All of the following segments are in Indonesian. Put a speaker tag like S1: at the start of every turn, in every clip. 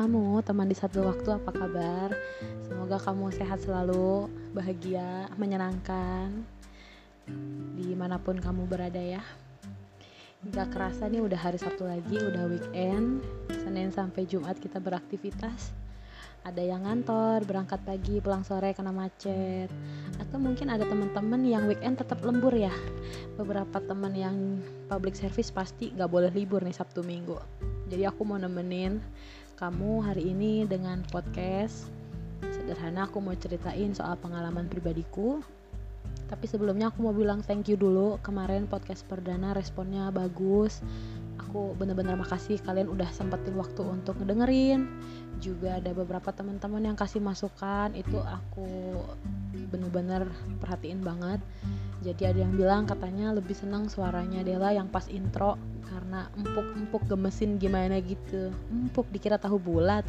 S1: kamu, teman di satu waktu, apa kabar? Semoga kamu sehat selalu, bahagia, menyenangkan dimanapun kamu berada ya. Gak kerasa nih udah hari Sabtu lagi, udah weekend. Senin sampai Jumat kita beraktivitas. Ada yang ngantor, berangkat pagi, pulang sore kena macet. Atau mungkin ada teman-teman yang weekend tetap lembur ya. Beberapa teman yang public service pasti gak boleh libur nih Sabtu Minggu. Jadi aku mau nemenin kamu hari ini dengan podcast sederhana. Aku mau ceritain soal pengalaman pribadiku. Tapi sebelumnya aku mau bilang thank you dulu. Kemarin podcast perdana responnya bagus. Aku bener-bener makasih kalian udah sempetin waktu untuk ngedengerin. Juga ada beberapa teman-teman yang kasih masukan, itu aku bener-bener perhatiin banget. Jadi ada yang bilang katanya lebih senang suaranya Dela yang pas intro karena empuk-empuk gemesin gimana gitu. Empuk dikira tahu bulat.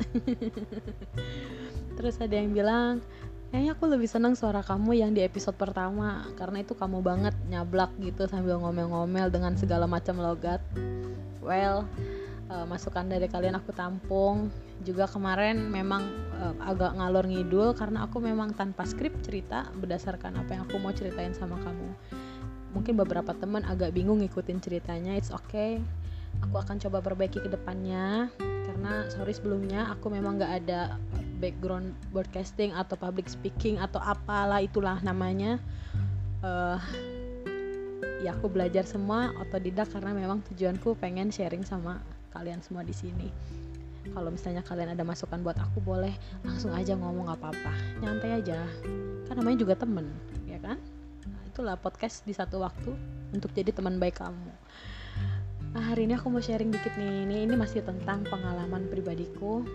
S1: Terus ada yang bilang kayaknya aku lebih senang suara kamu yang di episode pertama karena itu kamu banget nyablak gitu sambil ngomel-ngomel dengan segala macam logat. Well, masukan dari kalian aku tampung. Juga kemarin memang agak ngalor ngidul karena aku memang tanpa skrip cerita berdasarkan apa yang aku mau ceritain sama kamu. Mungkin beberapa teman agak bingung ngikutin ceritanya, it's okay. Aku akan coba perbaiki ke depannya karena sorry sebelumnya aku memang gak ada background broadcasting atau public speaking atau apalah itulah namanya. Ya aku belajar semua otodidak karena memang tujuanku pengen sharing sama kalian semua di sini. Kalau misalnya kalian ada masukan buat aku boleh langsung aja ngomong, gak apa-apa, nyantai aja. Kan namanya juga temen, ya kan? Nah, itulah podcast di satu waktu untuk jadi teman baik kamu. Hari ini aku mau sharing dikit nih. Ini masih tentang pengalaman pribadiku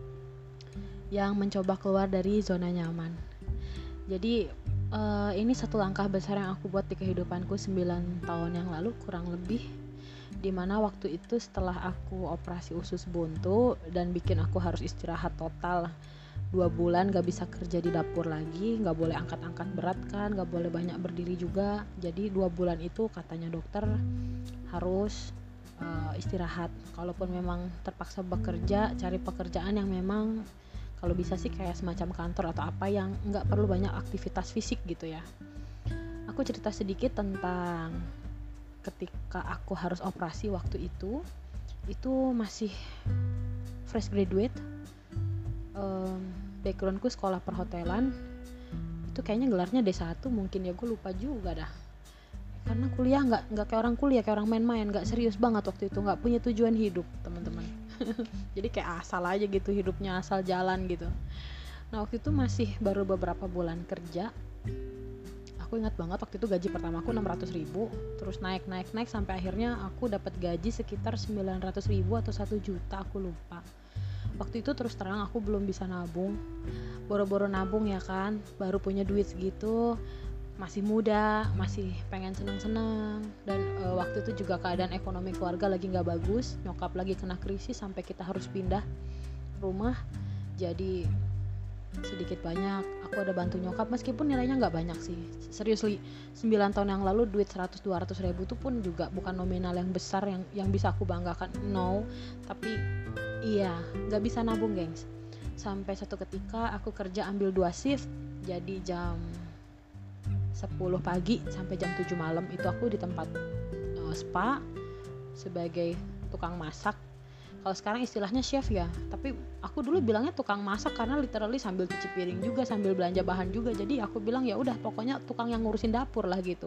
S1: yang mencoba keluar dari zona nyaman. Jadi ini satu langkah besar yang aku buat di kehidupanku 9 tahun yang lalu kurang lebih, dimana waktu itu setelah aku operasi usus buntu dan bikin aku harus istirahat total 2 bulan, gak bisa kerja di dapur lagi, gak boleh angkat-angkat berat kan, gak boleh banyak berdiri juga. Jadi 2 bulan itu katanya dokter harus istirahat. Kalaupun memang terpaksa bekerja, cari pekerjaan yang memang kalau bisa sih kayak semacam kantor atau apa yang gak perlu banyak aktivitas fisik gitu ya. Aku cerita sedikit tentang ketika aku harus operasi waktu itu masih fresh graduate. Backgroundku sekolah perhotelan, itu kayaknya gelarnya D1 mungkin ya, gue lupa juga dah. Karena kuliah nggak kayak orang kuliah, kayak orang main-main, nggak serius banget waktu itu, nggak punya tujuan hidup teman-teman. Jadi kayak asal aja gitu hidupnya, asal jalan gitu. Nah waktu itu masih baru beberapa bulan kerja. Aku ingat banget waktu itu gaji pertama aku 600.000, terus naik sampai akhirnya aku dapat gaji sekitar 900.000 atau 1 juta, aku lupa. Waktu itu terus terang aku belum bisa nabung, boro-boro nabung ya kan, baru punya duit segitu, masih muda, masih pengen senang-senang. Dan waktu itu juga keadaan ekonomi keluarga lagi gak bagus, nyokap lagi kena krisis sampai kita harus pindah rumah. Jadi sedikit banyak aku ada bantu nyokap, meskipun nilainya gak banyak sih, seriously 9 tahun yang lalu duit 100-200 ribu itu pun juga bukan nominal yang besar yang bisa aku banggakan, no. Tapi iya, gak bisa nabung gengs. Sampai satu ketika aku kerja ambil 2 shift, jadi jam 10 pagi sampai jam 7 malam itu aku di tempat spa sebagai tukang masak. Kalau sekarang istilahnya chef ya, tapi aku dulu bilangnya tukang masak karena literally sambil cuci piring juga, sambil belanja bahan juga. Jadi aku bilang ya udah pokoknya tukang yang ngurusin dapur lah gitu.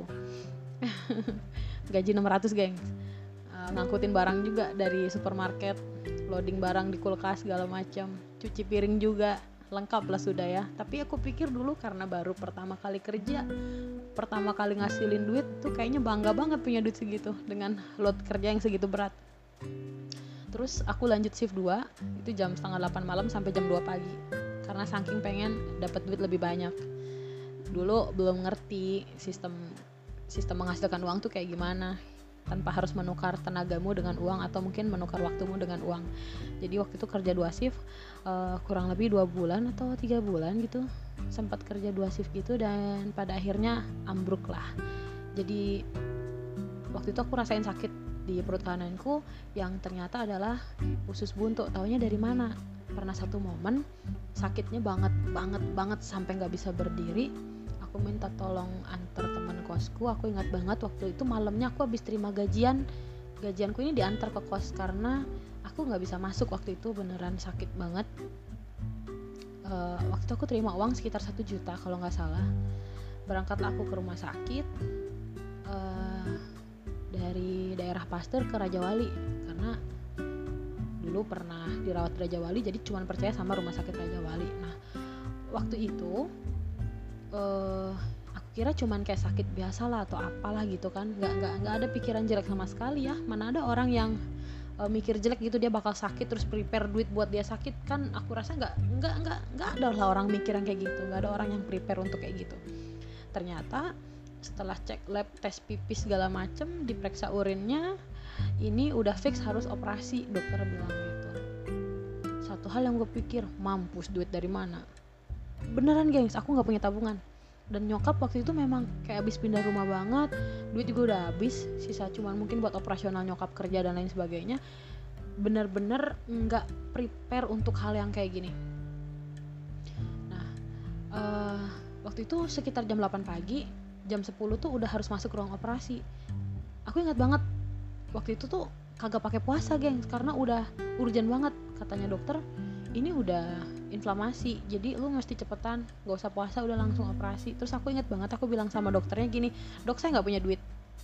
S1: Gaji 600 geng. Ngangkutin barang juga dari supermarket, loading barang di kulkas segala macam, cuci piring juga, lengkap lah sudah ya. Tapi aku pikir dulu karena baru pertama kali kerja, pertama kali ngasilin duit tuh kayaknya bangga banget punya duit segitu dengan load kerja yang segitu berat. Terus aku lanjut shift 2, itu jam 7:30 malam sampai jam 2 pagi. Karena saking pengen dapat duit lebih banyak. Dulu belum ngerti sistem menghasilkan uang tuh kayak gimana, tanpa harus menukar tenagamu dengan uang atau mungkin menukar waktumu dengan uang. Jadi waktu itu kerja 2 shift, kurang lebih 2 bulan atau 3 bulan gitu. Sempat kerja 2 shift gitu dan pada akhirnya ambruk lah. Jadi waktu itu aku rasain sakit di perut kananku yang ternyata adalah usus buntu. Taunya dari mana? pernah satu momen sakitnya banget sampai nggak bisa berdiri. Aku minta tolong antar teman kosku. Aku ingat banget waktu itu malamnya aku habis terima gajianku ini diantar ke kos karena aku nggak bisa masuk waktu itu, beneran sakit banget. Waktu itu aku terima uang sekitar 1 juta kalau nggak salah. Berangkatlah aku ke rumah sakit dari daerah Pasteur ke Raja Wali karena dulu pernah dirawat di Raja Wali, jadi cuma percaya sama rumah sakit Raja Wali. Nah waktu itu aku kira cuman kayak sakit biasa lah atau apalah gitu kan, nggak ada pikiran jelek sama sekali ya. Mana ada orang yang mikir jelek gitu dia bakal sakit terus prepare duit buat dia sakit kan. Aku rasa nggak ada lah orang mikir yang kayak gitu, nggak ada orang yang prepare untuk kayak gitu. Ternyata setelah cek lab, tes pipis segala macem, diperiksa urinnya, ini udah fix harus operasi, dokter bilang gitu. Satu hal yang gue pikir, mampus duit dari mana? Beneran gengs, aku gak punya tabungan. Dan nyokap waktu itu memang kayak abis pindah rumah banget, duit juga udah habis, sisa cuman mungkin buat operasional nyokap kerja dan lain sebagainya. Bener-bener gak prepare untuk hal yang kayak gini. Nah waktu itu sekitar jam 8 pagi, jam 10 tuh udah harus masuk ruang operasi. Aku ingat banget waktu itu tuh kagak pakai puasa gengs karena udah urgent banget, katanya dokter ini udah inflamasi, jadi lu mesti cepetan, gak usah puasa, udah langsung operasi. Terus aku ingat banget aku bilang sama dokternya gini, dok saya gak punya duit.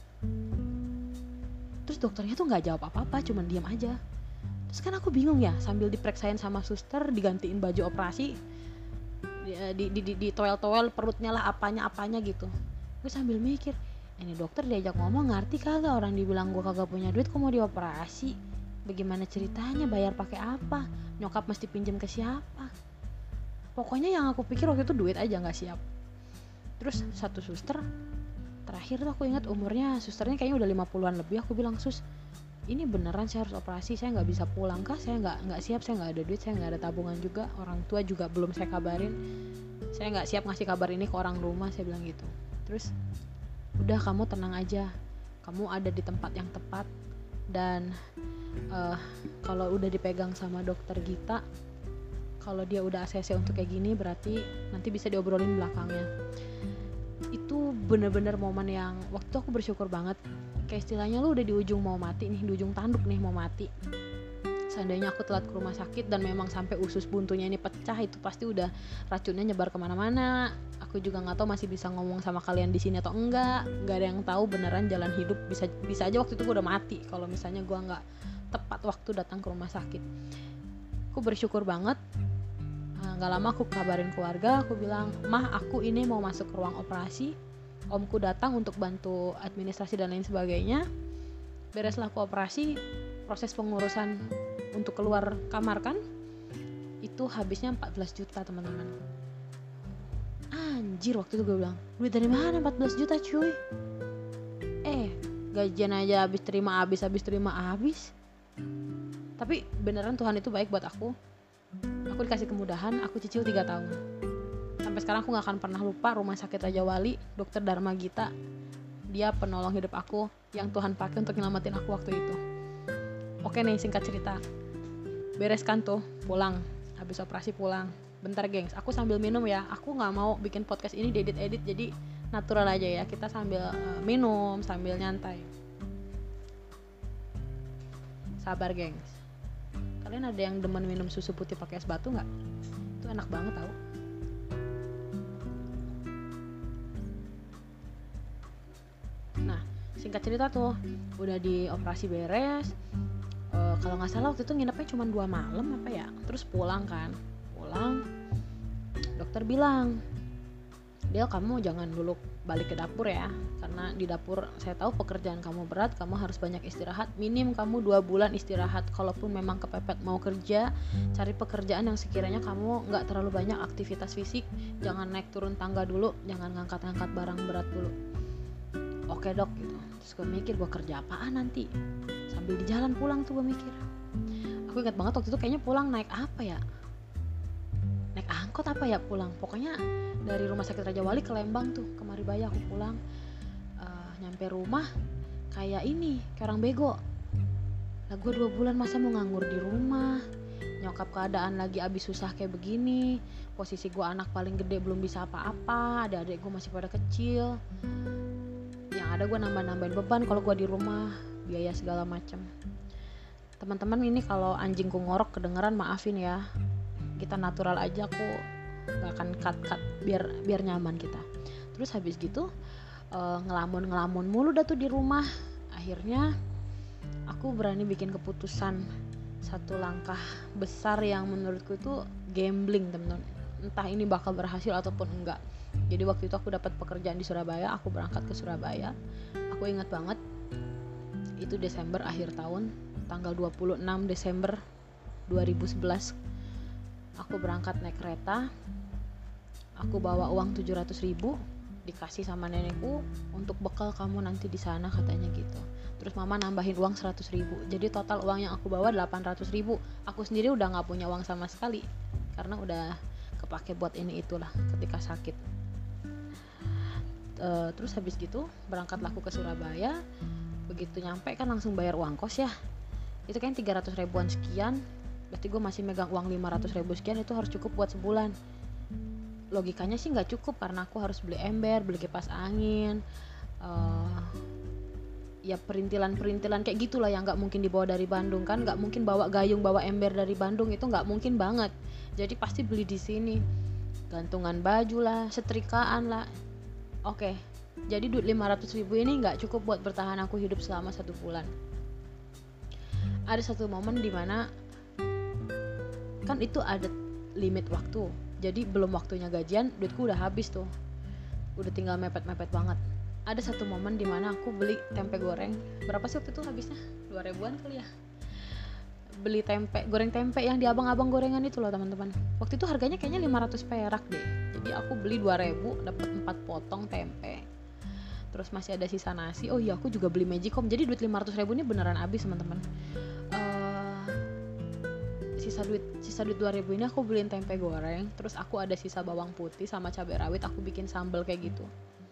S1: Terus dokternya tuh gak jawab apa-apa, cuman diam aja. Terus kan aku bingung ya, sambil diperiksain sama suster, digantiin baju operasi, di toel perutnya lah, apanya gitu. Gue sambil mikir, ini dokter diajak ngomong ngerti kagak, orang dibilang gue kagak punya duit kok mau dioperasi. Bagaimana ceritanya, bayar pakai apa, nyokap mesti pinjam ke siapa. Pokoknya yang aku pikir waktu itu duit aja gak siap. Terus satu suster terakhir tuh aku ingat umurnya, susternya kayaknya udah 50-an lebih. Aku bilang, sus ini beneran saya harus operasi, saya gak bisa pulang kah, saya gak siap, saya gak ada duit, saya gak ada tabungan juga, orang tua juga belum saya kabarin, saya gak siap ngasih kabar ini ke orang rumah, saya bilang gitu. Terus udah kamu tenang aja, kamu ada di tempat yang tepat, dan kalau udah dipegang sama dokter Gita, kalau dia udah ACC untuk kayak gini berarti nanti bisa diobrolin belakangnya. Itu bener-bener momen yang waktu itu aku bersyukur banget. Kayak istilahnya lu udah di ujung mau mati nih, di ujung tanduk nih mau mati. Seandainya aku telat ke rumah sakit dan memang sampai usus buntunya ini pecah, itu pasti udah racunnya nyebar kemana-mana. Aku juga nggak tahu masih bisa ngomong sama kalian di sini atau enggak. Nggak ada yang tahu beneran jalan hidup, bisa aja waktu itu gue udah mati kalau misalnya gue nggak tepat waktu datang ke rumah sakit. Aku bersyukur banget. Gak lama aku kabarin keluarga, aku bilang, mah aku ini mau masuk ke ruang operasi, omku datang untuk bantu administrasi dan lain sebagainya. Bereslah aku operasi, proses pengurusan untuk keluar kamar kan, itu habisnya 14 juta teman-teman. Anjir, waktu itu gue bilang, duit dari mana 14 juta cuy? Gajian aja habis terima habis. Tapi beneran Tuhan itu baik buat aku. Aku dikasih kemudahan, aku cicil 3 tahun. Sampai sekarang aku gak akan pernah lupa rumah sakit Raja Wali, Dr. Dharma Gita. Dia penolong hidup aku yang Tuhan pakai untuk nyelamatin aku waktu itu. Oke nih, singkat cerita, bereskan tuh, pulang. Habis operasi pulang. Bentar gengs, aku sambil minum ya. Aku gak mau bikin podcast ini diedit-edit, jadi natural aja ya. Kita sambil minum, sambil nyantai. Sabar gengs. Kalian ada yang demen minum susu putih pakai es batu nggak? Itu enak banget tau. Nah, singkat cerita tuh, udah dioperasi beres. Kalau nggak salah waktu itu nginepnya cuma 2 malam apa ya. Terus pulang, dokter bilang, Del kamu jangan dulu balik ke dapur ya, karena di dapur saya tahu pekerjaan kamu berat, kamu harus banyak istirahat, minim kamu 2 bulan istirahat. Kalaupun memang kepepet mau kerja, cari pekerjaan yang sekiranya kamu gak terlalu banyak aktivitas fisik, jangan naik turun tangga dulu, jangan ngangkat-ngangkat barang berat dulu. Oke dok gitu. Terus gue mikir, gue kerja apaan nanti, sambil di jalan pulang tuh gue mikir. Aku ingat banget waktu itu kayaknya pulang naik apa ya, naik angkot apa ya pulang, pokoknya dari rumah sakit Raja Wali ke Lembang tuh, ke Maribaya aku pulang. Nyampe rumah kayak orang bego lah, gue 2 bulan masa mau nganggur di rumah, nyokap keadaan lagi abis susah kayak begini, posisi gue anak paling gede belum bisa apa-apa, ada adik gue masih pada kecil, yang ada gue nambah-nambahin beban kalau gue di rumah, biaya segala macam. Teman-teman ini kalau anjingku ngorok kedengeran maafin ya, kita natural aja, aku gak akan cut biar nyaman kita. Terus habis gitu ngelamun mulu dah tuh di rumah. Akhirnya aku berani bikin keputusan, satu langkah besar yang menurutku itu gambling, teman-teman. Entah ini bakal berhasil ataupun enggak. Jadi waktu itu aku dapat pekerjaan di Surabaya, aku berangkat ke Surabaya. Aku ingat banget itu Desember akhir tahun, tanggal 26 Desember 2011. Aku berangkat naik kereta. Aku bawa uang 700.000, dikasih sama nenekku untuk bekal kamu nanti di sana, katanya gitu. Terus mama nambahin uang 100.000. Jadi total uang yang aku bawa 800.000. Aku sendiri udah nggak punya uang sama sekali karena udah kepake buat ini itulah ketika sakit. Terus habis gitu berangkatlah aku ke Surabaya. Begitu nyampe kan langsung bayar uang kos ya. Itu kan 300 ribuan sekian. Berarti gue masih megang uang 500.000 sekian, itu harus cukup buat sebulan. Logikanya sih nggak cukup karena aku harus beli ember, beli kipas angin, ya perintilan kayak gitulah yang nggak mungkin dibawa dari Bandung kan, nggak mungkin bawa gayung, bawa ember dari Bandung, itu nggak mungkin banget. Jadi pasti beli di sini, gantungan baju lah, setrikaan lah. Oke, jadi duit 500.000 ini nggak cukup buat bertahan aku hidup selama 1 bulan. Ada satu momen dimana kan itu ada limit waktu, jadi belum waktunya gajian, duitku udah habis tuh, udah tinggal mepet-mepet banget. Ada satu momen dimana aku beli tempe goreng, berapa sih waktu itu habisnya? 2 ribuan kali ya. Beli tempe, goreng tempe yang di abang-abang gorengan itu loh teman-teman. Waktu itu harganya kayaknya 500 perak deh. Jadi aku beli 2.000 dapat 4 potong tempe. Terus masih ada sisa nasi. Oh iya, aku juga beli Magicom. Jadi duit 500.000 ini beneran habis teman-teman. Sisa duit 2.000 ini aku beliin tempe goreng. Terus aku ada sisa bawang putih sama cabai rawit, aku bikin sambal kayak gitu.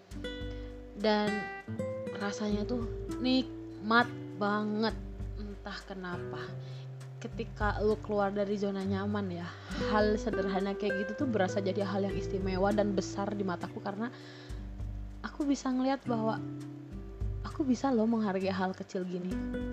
S1: Dan rasanya tuh nikmat banget. Entah kenapa ketika lu keluar dari zona nyaman ya, hal sederhana kayak gitu tuh berasa jadi hal yang istimewa dan besar di mataku, karena aku bisa ngeliat bahwa aku bisa loh menghargai hal kecil gini.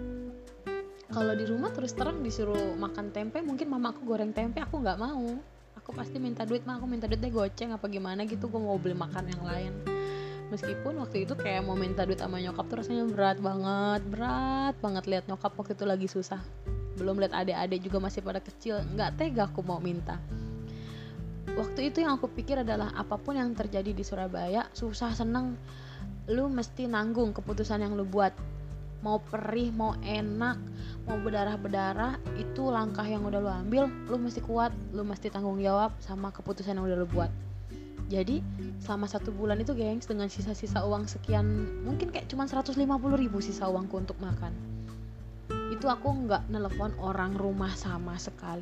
S1: Kalau di rumah terus terang disuruh makan tempe, mungkin mama aku goreng tempe, aku nggak mau. Aku pasti minta duit, aku minta duit deh goceng apa gimana gitu, gue mau beli makan yang lain. Meskipun waktu itu kayak mau minta duit sama nyokap tuh rasanya berat banget lihat nyokap waktu itu lagi susah. Belum lihat adik-adik juga masih pada kecil, nggak tega aku mau minta. Waktu itu yang aku pikir adalah apapun yang terjadi di Surabaya, susah seneng, lu mesti nanggung keputusan yang lu buat. Mau perih, mau enak, mau berdarah-berdarah, itu langkah yang udah lu ambil, lu mesti kuat, lu mesti tanggung jawab sama keputusan yang udah lu buat. Jadi selama 1 bulan itu gengs, dengan sisa-sisa uang sekian, mungkin kayak cuma 150.000 sisa uangku untuk makan, itu aku nggak nelpon orang rumah sama sekali.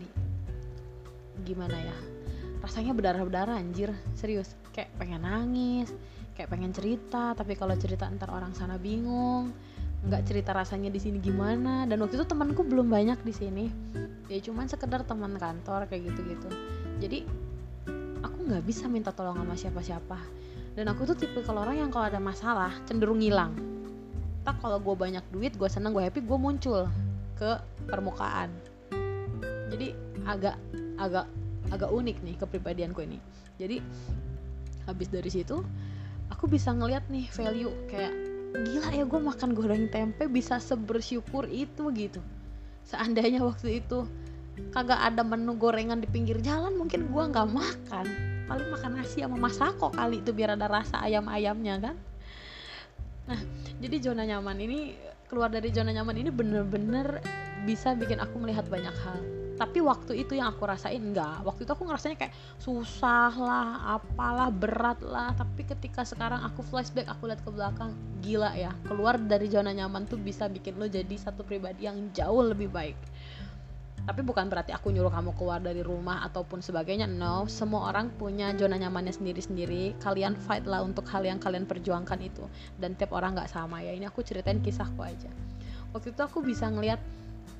S1: Gimana ya, rasanya berdarah-berdarah anjir, serius, kayak pengen nangis, kayak pengen cerita, tapi kalau cerita ntar orang sana bingung, nggak cerita rasanya di sini gimana. Dan waktu itu temanku belum banyak di sini, ya cuman sekedar teman kantor kayak gitu-gitu. Jadi aku nggak bisa minta tolong sama siapa-siapa. Dan aku tuh tipe kalau orang yang kalau ada masalah cenderung ngilang. Tak kalau gue banyak duit, gue seneng, gue happy, gue muncul ke permukaan. Jadi agak unik nih kepribadianku ini. Jadi habis dari situ aku bisa ngeliat nih value, kayak gila ya, gue makan goreng tempe bisa sebersyukur itu gitu. Seandainya waktu itu kagak ada menu gorengan di pinggir jalan, mungkin gue nggak makan, paling makan nasi sama masako kali itu biar ada rasa ayam-ayamnya kan. Nah, jadi zona nyaman ini, keluar dari zona nyaman ini bener-bener bisa bikin aku melihat banyak hal. Tapi waktu itu yang aku rasain enggak. Waktu itu aku ngerasanya kayak susah lah, apalah, berat lah. Tapi ketika sekarang aku flashback, aku lihat ke belakang, gila ya, keluar dari zona nyaman tuh bisa bikin lo jadi satu pribadi yang jauh lebih baik. Tapi bukan berarti aku nyuruh kamu keluar dari rumah ataupun sebagainya. No, semua orang punya zona nyamannya sendiri-sendiri. Kalian fight lah untuk hal yang kalian perjuangkan itu. Dan tiap orang gak sama ya. Ini aku ceritain kisahku aja. Waktu itu aku bisa ngeliat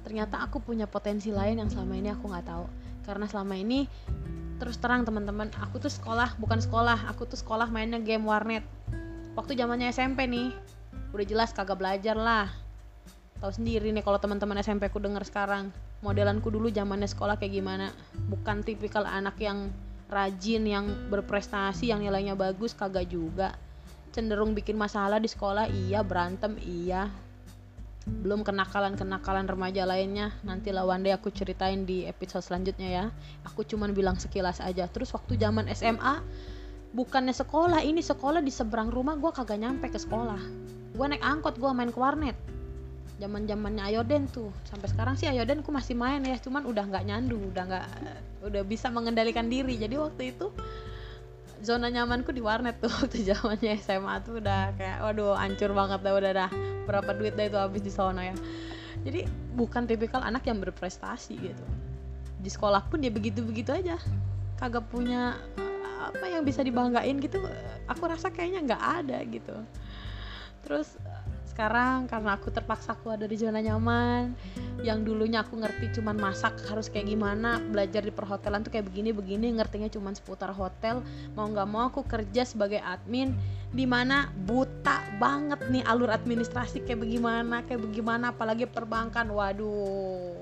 S1: ternyata aku punya potensi lain yang selama ini aku nggak tahu. Karena selama ini terus terang teman-teman, aku tuh sekolah mainnya game warnet. Waktu zamannya SMP nih, udah jelas kagak belajar lah. Tahu sendiri nih kalau teman-teman SMP ku denger sekarang, modelanku dulu zamannya sekolah kayak gimana. Bukan tipikal anak yang rajin, yang berprestasi, yang nilainya bagus, kagak juga. Cenderung bikin masalah di sekolah, iya, berantem, iya. Belum kenakalan remaja lainnya, nanti lah one day aku ceritain di episode selanjutnya ya. Aku cuman bilang sekilas aja. Terus waktu zaman SMA, bukannya sekolah, ini sekolah di seberang rumah, gue kagak nyampe ke sekolah. Gue naik angkot, gue main ke warnet. Zaman-zamannya Ayoden tuh. Sampai sekarang sih Ayoden ku masih main ya, cuman udah nggak nyandu, udah bisa mengendalikan diri. Jadi waktu itu zona nyamanku di warnet tuh waktu zamannya SMA tuh udah kayak waduh hancur banget dah, berapa duit dah itu habis di sana ya. Jadi bukan tipikal anak yang berprestasi gitu. Di sekolah pun dia begitu-begitu aja, kagak punya apa yang bisa dibanggain gitu. Aku rasa kayaknya nggak ada gitu. Terus sekarang karena aku terpaksa keluar dari zona nyaman, yang dulunya aku ngerti cuman masak harus kayak gimana, belajar di perhotelan tuh kayak begini, ngertinya cuman seputar hotel. Mau nggak mau aku kerja sebagai admin, dimana buta banget nih alur administrasi kayak bagaimana, apalagi perbankan. Waduh,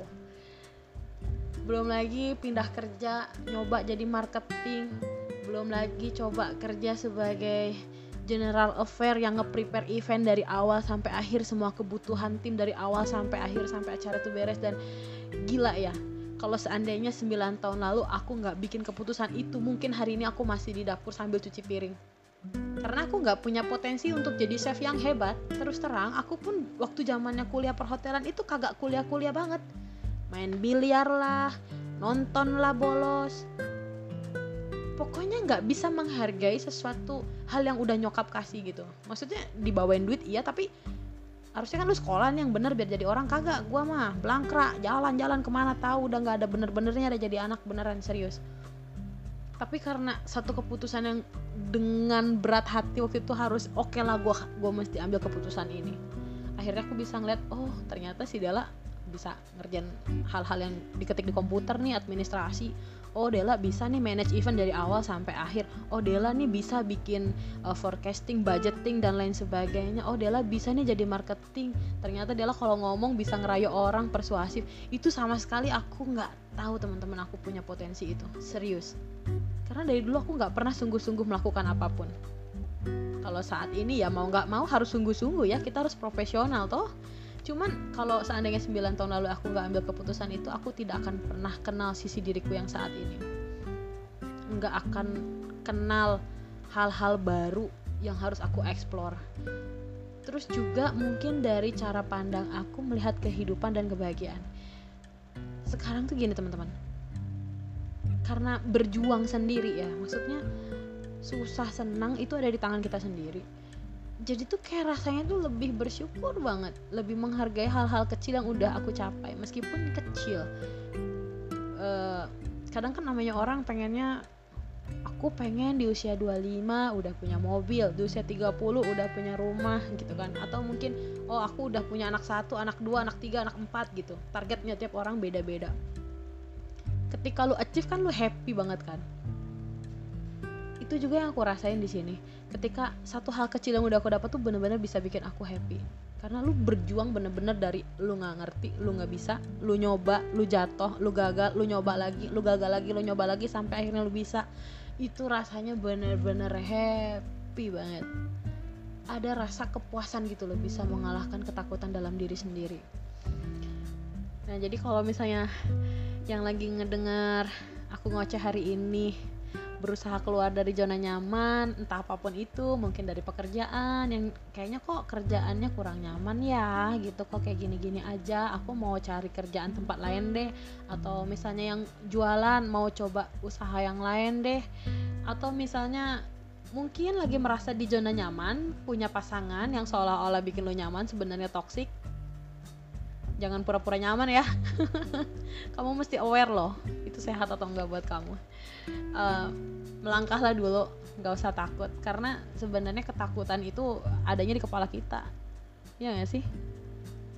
S1: belum lagi pindah kerja nyoba jadi marketing, belum lagi coba kerja sebagai general affair yang nge-prepare event dari awal sampai akhir, semua kebutuhan tim dari awal sampai akhir, sampai acara itu beres. Dan gila ya, kalau seandainya 9 tahun lalu aku gak bikin keputusan itu, mungkin hari ini aku masih di dapur sambil cuci piring. Karena aku gak punya potensi untuk jadi chef yang hebat. Terus terang, aku pun waktu zamannya kuliah perhotelan itu kagak kuliah-kuliah banget. Main biliar lah, nonton lah bolos, pokoknya nggak bisa menghargai sesuatu hal yang udah nyokap kasih gitu. Maksudnya dibawain duit iya, tapi harusnya kan lu sekolah yang bener biar jadi orang. Kagak, gua mah blangkrak, jalan-jalan kemana tahu, udah nggak ada bener-benernya, ada jadi anak beneran serius. Tapi karena satu keputusan yang dengan berat hati waktu itu harus oke lah, gua mesti ambil keputusan ini. Akhirnya aku bisa ngeliat, oh ternyata si Dela bisa ngerjain hal-hal yang diketik di komputer nih, administrasi. Oh Dela bisa nih manage event dari awal sampai akhir. Oh Dela nih bisa bikin forecasting, budgeting dan lain sebagainya. Oh Dela bisa nih jadi marketing. Ternyata Dela kalau ngomong bisa ngerayu orang, persuasif. Itu sama sekali aku nggak tahu teman-teman aku punya potensi itu, serius. Karena dari dulu aku nggak pernah sungguh-sungguh melakukan apapun. Kalau saat ini ya mau nggak mau harus sungguh-sungguh ya, kita harus profesional toh. Cuman kalau seandainya 9 tahun lalu aku gak ambil keputusan itu, aku tidak akan pernah kenal sisi diriku yang saat ini. Gak akan kenal hal-hal baru yang harus aku explore. Terus juga mungkin dari cara pandang aku melihat kehidupan dan kebahagiaan. Sekarang tuh gini teman-teman, karena berjuang sendiri ya, maksudnya susah senang itu ada di tangan kita sendiri. Jadi tuh kayak rasanya tuh lebih bersyukur banget, lebih menghargai hal-hal kecil yang udah aku capai, meskipun kecil. Kadang kan namanya orang pengennya, aku pengen di usia 25 udah punya mobil, di usia 30 udah punya rumah gitu kan. Atau mungkin, oh aku udah punya anak 1, anak 2, anak 3, anak 4 gitu. Targetnya tiap orang beda-beda. Ketika lu achieve kan lu happy banget kan. Itu juga yang aku rasain di sini. Ketika satu hal kecil yang udah aku dapat tuh bener-bener bisa bikin aku happy. Karena lu berjuang bener-bener dari lu nggak ngerti, lu nggak bisa, lu nyoba, lu jatuh, lu gagal, lu nyoba lagi, lu gagal lagi, lu nyoba lagi sampai akhirnya lu bisa. Itu rasanya bener-bener happy banget. Ada rasa kepuasan gitu loh, bisa mengalahkan ketakutan dalam diri sendiri. Nah jadi kalau misalnya yang lagi ngedengar aku ngoceh hari ini, berusaha keluar dari zona nyaman, entah apapun itu, mungkin dari pekerjaan yang kayaknya kok kerjaannya kurang nyaman ya gitu, kok kayak gini-gini aja, aku mau cari kerjaan tempat lain deh. Atau misalnya yang jualan, mau coba usaha yang lain deh. Atau misalnya mungkin lagi merasa di zona nyaman, punya pasangan yang seolah-olah bikin lo nyaman, sebenarnya toksik. Jangan pura-pura nyaman ya. Kamu mesti aware loh, itu sehat atau enggak buat kamu. Melangkahlah dulu, gak usah takut. Karena sebenarnya ketakutan itu adanya di kepala kita, ya gak sih?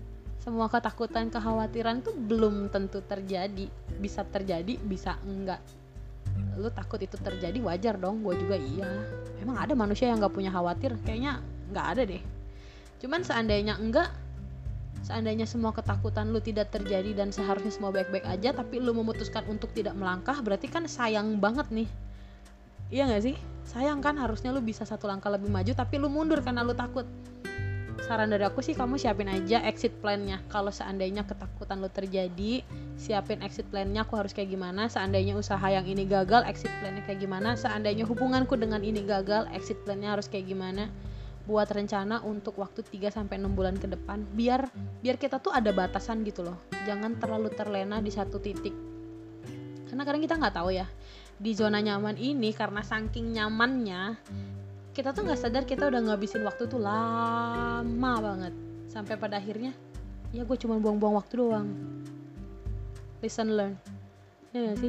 S1: Semua ketakutan, kekhawatiran tuh belum tentu terjadi. Bisa terjadi, bisa enggak. Lu takut itu terjadi, wajar dong, gue juga iya. Emang ada manusia yang gak punya khawatir? Kayaknya gak ada deh. Cuman seandainya enggak, seandainya semua ketakutan lu tidak terjadi dan seharusnya semua baik-baik aja, tapi lu memutuskan untuk tidak melangkah, berarti kan sayang banget nih. Iya gak sih? Sayang kan, harusnya lu bisa satu langkah lebih maju, tapi lu mundur karena lu takut. Saran dari aku sih, kamu siapin aja exit plan-nya. Kalau seandainya ketakutan lu terjadi, siapin exit plan-nya, aku harus kayak gimana. Seandainya usaha yang ini gagal, exit plan-nya kayak gimana. Seandainya hubunganku dengan ini gagal, exit plan-nya harus kayak gimana. Buat rencana untuk waktu 3-6 bulan ke depan, biar kita tuh ada batasan gitu loh. Jangan terlalu terlena di satu titik. Karena kadang kita nggak tahu ya, di zona nyaman ini karena saking nyamannya, kita tuh nggak sadar kita udah ngabisin waktu tuh lama banget. Sampai pada akhirnya, ya gue cuma buang-buang waktu doang. Listen, learn. Ya gak sih?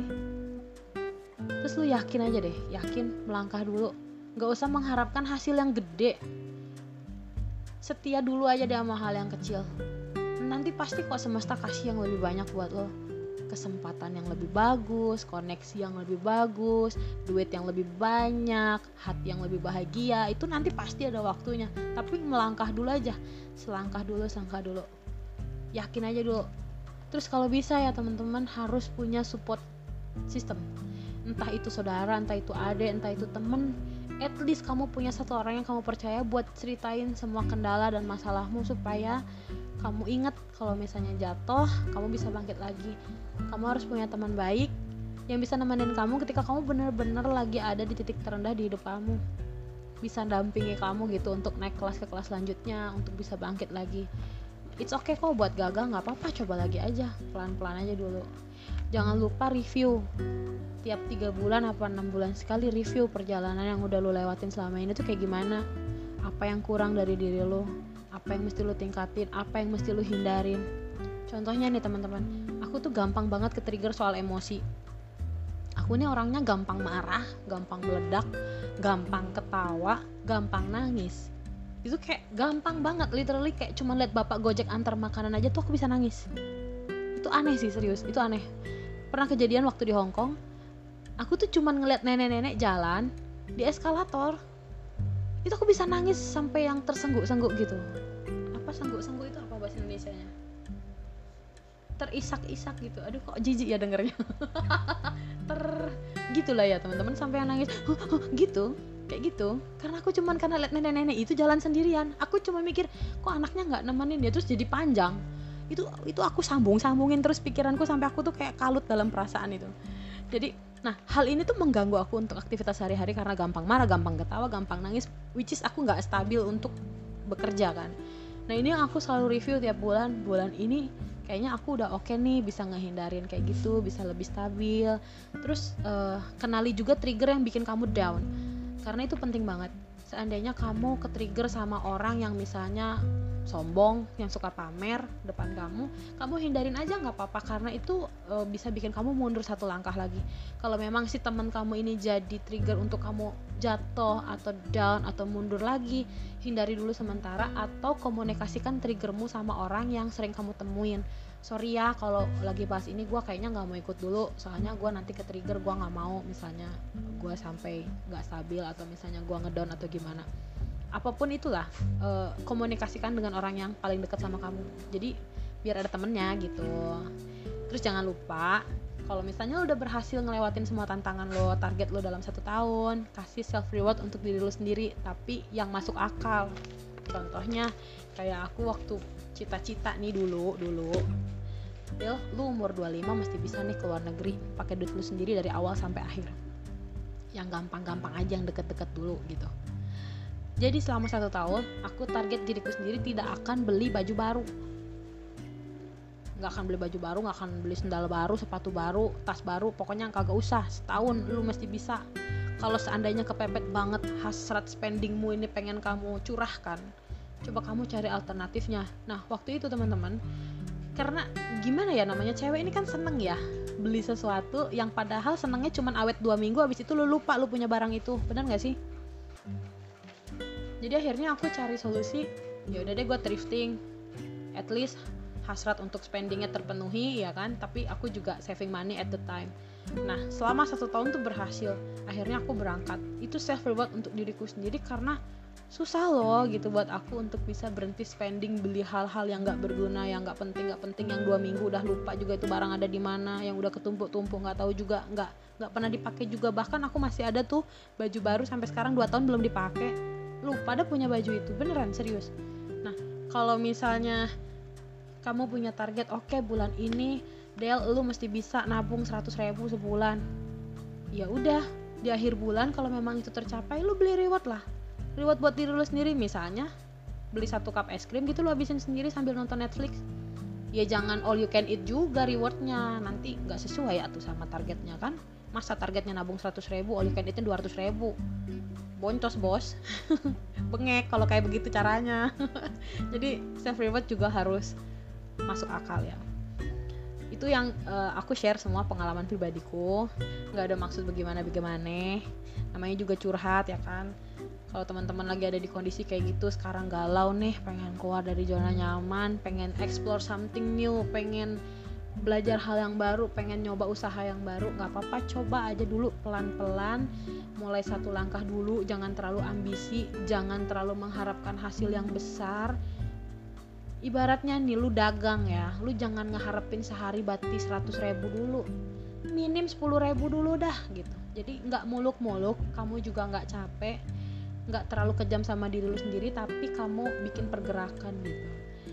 S1: Terus lu yakin aja deh, yakin, melangkah dulu. Gak usah mengharapkan hasil yang gede. Setia dulu aja deh sama hal yang kecil. Nanti pasti kok semesta kasih yang lebih banyak buat lo. Kesempatan yang lebih bagus, koneksi yang lebih bagus, duit yang lebih banyak, hati yang lebih bahagia, itu nanti pasti ada waktunya. Tapi melangkah dulu aja, selangkah dulu. Yakin aja dulu. Terus kalau bisa ya teman-teman, harus punya support system. Entah itu saudara, entah itu adik, entah itu temen. At least kamu punya satu orang yang kamu percaya buat ceritain semua kendala dan masalahmu, supaya kamu ingat kalau misalnya jatuh, kamu bisa bangkit lagi. Kamu harus punya teman baik yang bisa nemenin kamu ketika kamu benar-benar lagi ada di titik terendah di hidup kamu. Bisa dampingi kamu gitu untuk naik kelas ke kelas selanjutnya, untuk bisa bangkit lagi. It's okay kok buat gagal, gak apa-apa, coba lagi aja, pelan-pelan aja dulu. Jangan lupa review. Tiap 3 bulan apa 6 bulan sekali review perjalanan yang udah lu lewatin selama ini tuh kayak gimana. Apa yang kurang dari diri lu, apa yang mesti lu tingkatin, apa yang mesti lu hindarin. Contohnya nih teman-teman, aku tuh gampang banget ke-trigger soal emosi. Aku nih orangnya gampang marah, gampang meledak, gampang ketawa, gampang nangis. Itu kayak gampang banget, literally kayak cuma lihat bapak gojek antar makanan aja tuh aku bisa nangis. Itu aneh sih, serius, itu aneh. Pernah kejadian waktu di Hong Kong, aku tuh cuma ngeliat nenek-nenek jalan di eskalator, itu aku bisa nangis sampai yang tersengguk-sengguk gitu. Apa sengguk-sengguk itu apa bahasa Indonesianya? Terisak-isak gitu. Aduh kok jijik ya dengernya. Gitulah ya teman-teman, sampai yang nangis gitu, kayak gitu. Karena aku cuman karena lihat nenek-nenek itu jalan sendirian, aku cuma mikir kok anaknya nggak nemenin dia, terus jadi panjang. Itu aku sambungin terus pikiranku sampai aku tuh kayak kalut dalam perasaan itu. Jadi nah, hal ini tuh mengganggu aku untuk aktivitas sehari-hari karena gampang marah, gampang ketawa, gampang nangis, which is aku nggak stabil untuk bekerja kan. Nah ini yang aku selalu review tiap bulan. Bulan ini kayaknya aku udah oke nih, bisa ngehindarin kayak gitu, bisa lebih stabil. Terus kenali juga trigger yang bikin kamu down, karena itu penting banget. Seandainya kamu ke-trigger sama orang yang misalnya sombong, yang suka pamer depan kamu hindarin aja, nggak apa-apa, karena itu bisa bikin kamu mundur satu langkah lagi. Kalau memang si teman kamu ini jadi trigger untuk kamu jatuh atau down atau mundur lagi, hindari dulu sementara, atau komunikasikan triggermu sama orang yang sering kamu temuin. Sorry ya kalau lagi bahas ini gue kayaknya nggak mau ikut dulu, soalnya gue nanti ke trigger, gue nggak mau misalnya gue sampai nggak stabil atau misalnya gue ngedown atau gimana. Apapun itulah, komunikasikan dengan orang yang paling dekat sama kamu, jadi biar ada temennya gitu. Terus jangan lupa, kalau misalnya lo udah berhasil ngelewatin semua tantangan lo, target lo dalam 1 tahun, kasih self reward untuk diri lo sendiri, tapi yang masuk akal. Contohnya kayak aku waktu cita-cita nih dulu Del, lu umur 25 mesti bisa nih ke luar negeri pakai duit lu sendiri dari awal sampai akhir. Yang gampang-gampang aja, yang deket-deket dulu gitu. Jadi selama 1 tahun, aku target diriku sendiri tidak akan beli baju baru. Gak akan beli baju baru, gak akan beli sendal baru, sepatu baru, tas baru, pokoknya kagak usah. Setahun lu mesti bisa. Kalau seandainya kepepet banget hasrat spendingmu ini pengen kamu curahkan, coba kamu cari alternatifnya. Nah waktu itu teman-teman, karena gimana ya namanya cewek ini kan seneng ya beli sesuatu yang padahal senengnya cuma awet 2 minggu, habis itu lu lupa lu punya barang itu, benar gak sih? Jadi akhirnya aku cari solusi, ya udah deh gue thrifting, at least hasrat untuk spendingnya terpenuhi ya kan, tapi aku juga saving money at the time. Nah selama 1 tahun tuh berhasil, akhirnya aku berangkat. Itu self reward untuk diriku sendiri, karena susah loh gitu buat aku untuk bisa berhenti spending beli hal-hal yang nggak berguna, yang nggak penting, yang 2 minggu udah lupa juga itu barang ada di mana, yang udah ketumpuk-tumpuk nggak tahu juga, nggak pernah dipakai juga. Bahkan aku masih ada tuh baju baru sampai sekarang 2 tahun belum dipakai, lupa dah punya baju itu, beneran serius. Nah kalau misalnya kamu punya target, oke, bulan ini Del lu mesti bisa nabung 100.000 sebulan, ya udah di akhir bulan kalau memang itu tercapai, lu beli reward lah, reward buat diri lu sendiri. Misalnya beli 1 cup es krim gitu, lu habisin sendiri sambil nonton Netflix. Ya jangan all you can eat juga rewardnya, nanti gak sesuai ya tuh sama targetnya kan. Masa targetnya nabung 100.000, all you can eatnya 200.000, boncos bos. Bengek kalau kayak begitu caranya. Jadi self reward juga harus masuk akal ya. Itu yang aku share semua pengalaman pribadiku, nggak ada maksud bagaimana, namanya juga curhat ya kan. Kalau teman-teman lagi ada di kondisi kayak gitu sekarang, galau nih, pengen keluar dari zona nyaman, pengen explore something new, pengen belajar hal yang baru, pengen nyoba usaha yang baru, nggak apa-apa, coba aja dulu pelan-pelan, mulai 1 langkah dulu, jangan terlalu ambisi, jangan terlalu mengharapkan hasil yang besar. Ibaratnya nih lu dagang ya, lu jangan ngeharapin sehari bati 100.000 dulu, minim 10.000 dulu dah gitu. Jadi nggak muluk-muluk, kamu juga nggak capek, nggak terlalu kejam sama diri lu sendiri, tapi kamu bikin pergerakan gitu.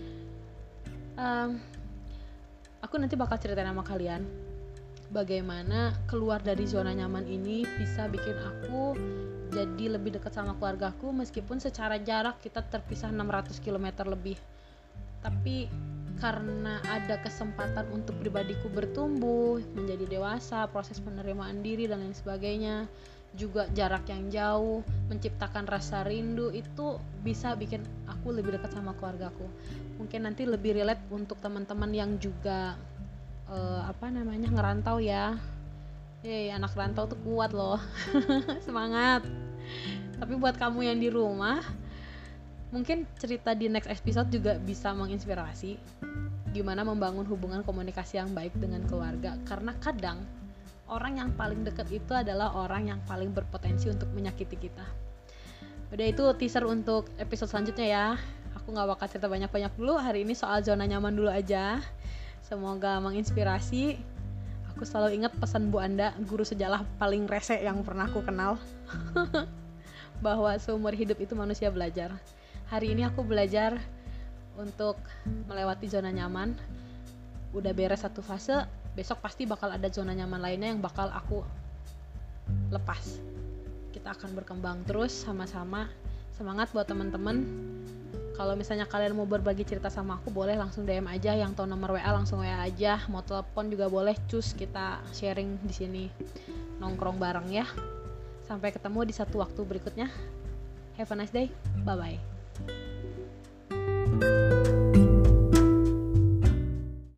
S1: Aku nanti bakal ceritain sama kalian bagaimana keluar dari zona nyaman ini bisa bikin aku jadi lebih dekat sama keluargaku, meskipun secara jarak kita terpisah 600 km lebih. Tapi karena ada kesempatan untuk pribadiku bertumbuh, menjadi dewasa, proses penerimaan diri dan lain sebagainya, juga jarak yang jauh, menciptakan rasa rindu, itu bisa bikin aku lebih dekat sama keluargaku. Mungkin nanti lebih relate untuk teman-teman yang juga ngerantau ya. Anak rantau tuh kuat loh. Semangat. Tapi buat kamu yang di rumah, mungkin cerita di next episode juga bisa menginspirasi gimana membangun hubungan komunikasi yang baik dengan keluarga. Karena kadang orang yang paling dekat itu adalah orang yang paling berpotensi untuk menyakiti kita. Udah, itu teaser untuk episode selanjutnya ya. Aku gak bakal cerita banyak-banyak dulu, hari ini soal zona nyaman dulu aja. Semoga menginspirasi. Aku selalu ingat pesan Bu Anda, guru sejarah paling rese yang pernah aku kenal. Bahwa seumur hidup itu manusia belajar. Hari ini aku belajar untuk melewati zona nyaman. Udah beres 1 fase, besok pasti bakal ada zona nyaman lainnya yang bakal aku lepas. Kita akan berkembang terus sama-sama. Semangat buat teman-teman. Kalau misalnya kalian mau berbagi cerita sama aku, boleh langsung DM aja. Yang tahu nomor WA langsung WA aja. Mau telepon juga boleh. Cus, kita sharing di sini, nongkrong bareng ya. Sampai ketemu di satu waktu berikutnya. Have a nice day. Bye bye.